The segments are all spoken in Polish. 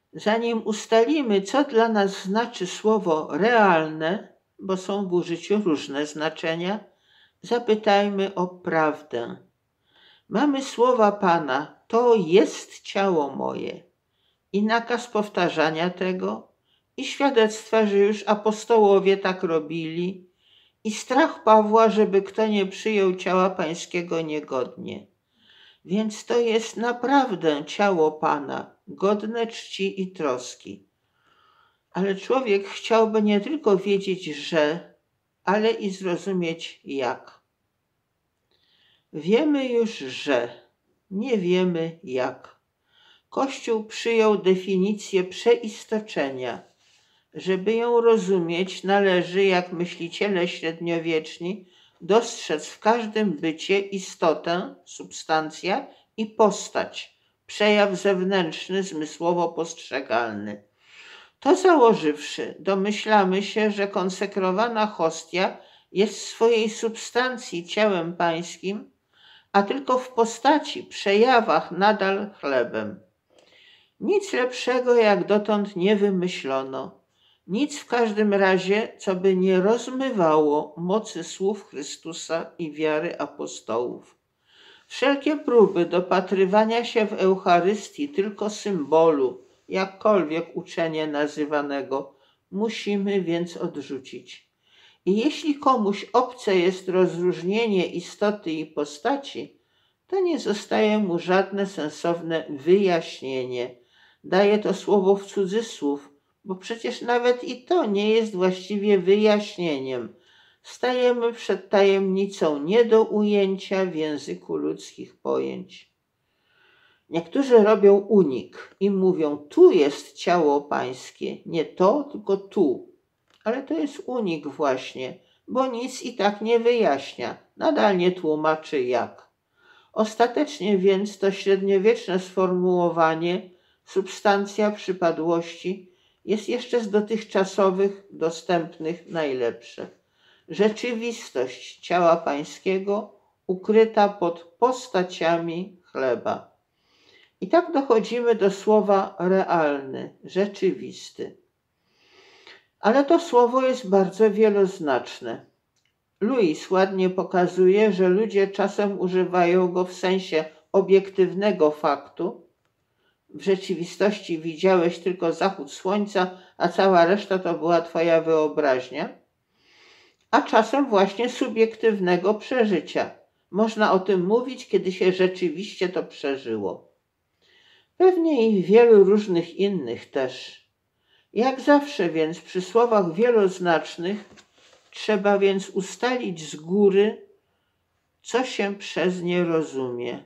Zanim ustalimy, co dla nas znaczy słowo realne, bo są w użyciu różne znaczenia, zapytajmy o prawdę. Mamy słowa Pana, to jest ciało moje, i nakaz powtarzania tego, i świadectwa, że już apostołowie tak robili, i strach Pawła, żeby kto nie przyjął ciała Pańskiego niegodnie. Więc to jest naprawdę ciało Pana, godne czci i troski. Ale człowiek chciałby nie tylko wiedzieć, że, ale i zrozumieć jak. Wiemy już, że, nie wiemy jak. Kościół przyjął definicję przeistoczenia. Żeby ją rozumieć, należy, jak myśliciele średniowieczni, dostrzec w każdym bycie istotę, substancja i postać, przejaw zewnętrzny, zmysłowo postrzegalny. To założywszy, domyślamy się, że konsekrowana hostia jest w swojej substancji ciałem pańskim, a tylko w postaci, przejawach nadal chlebem. Nic lepszego jak dotąd nie wymyślono. Nic w każdym razie, co by nie rozmywało mocy słów Chrystusa i wiary apostołów. Wszelkie próby dopatrywania się w Eucharystii tylko symbolu, jakkolwiek uczenie nazywanego, musimy więc odrzucić. I jeśli komuś obce jest rozróżnienie istoty i postaci, to nie zostaje mu żadne sensowne wyjaśnienie. Daję to słowo w cudzysłów, bo przecież nawet i to nie jest właściwie wyjaśnieniem. Stajemy przed tajemnicą nie do ujęcia w języku ludzkich pojęć. Niektórzy robią unik i mówią, tu jest ciało pańskie, nie to, tylko tu. Ale to jest unik właśnie, bo nic i tak nie wyjaśnia, nadal nie tłumaczy jak. Ostatecznie więc to średniowieczne sformułowanie substancja przypadłości jest jeszcze z dotychczasowych dostępnych najlepsze. Rzeczywistość ciała pańskiego ukryta pod postaciami chleba. I tak dochodzimy do słowa realny, rzeczywisty. Ale to słowo jest bardzo wieloznaczne. Louis ładnie pokazuje, że ludzie czasem używają go w sensie obiektywnego faktu. W rzeczywistości widziałeś tylko zachód słońca, a cała reszta to była twoja wyobraźnia. A czasem właśnie subiektywnego przeżycia. Można o tym mówić, kiedy się rzeczywiście to przeżyło. Pewnie i wielu różnych innych też. Jak zawsze więc przy słowach wieloznacznych trzeba więc ustalić z góry, co się przez nie rozumie.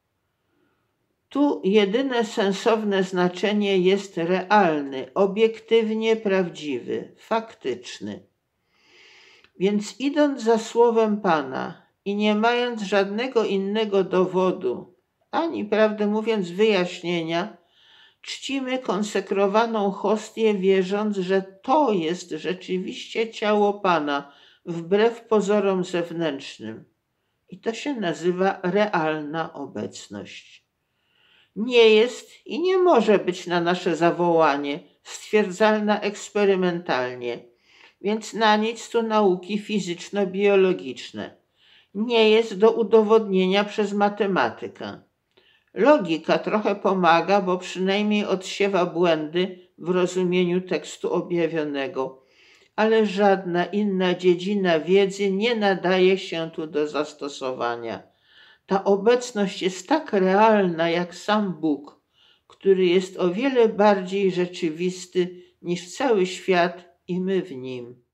Tu jedyne sensowne znaczenie jest realny, obiektywnie prawdziwy, faktyczny. Więc idąc za słowem Pana i nie mając żadnego innego dowodu, ani prawdę mówiąc wyjaśnienia, czcimy konsekrowaną hostię, wierząc, że to jest rzeczywiście ciało Pana, wbrew pozorom zewnętrznym. I to się nazywa realna obecność. Nie jest i nie może być na nasze zawołanie stwierdzalna eksperymentalnie, więc na nic tu nauki fizyczno-biologiczne. Nie jest do udowodnienia przez matematykę. Logika trochę pomaga, bo przynajmniej odsiewa błędy w rozumieniu tekstu objawionego, ale żadna inna dziedzina wiedzy nie nadaje się tu do zastosowania. Ta obecność jest tak realna jak sam Bóg, który jest o wiele bardziej rzeczywisty niż cały świat i my w nim.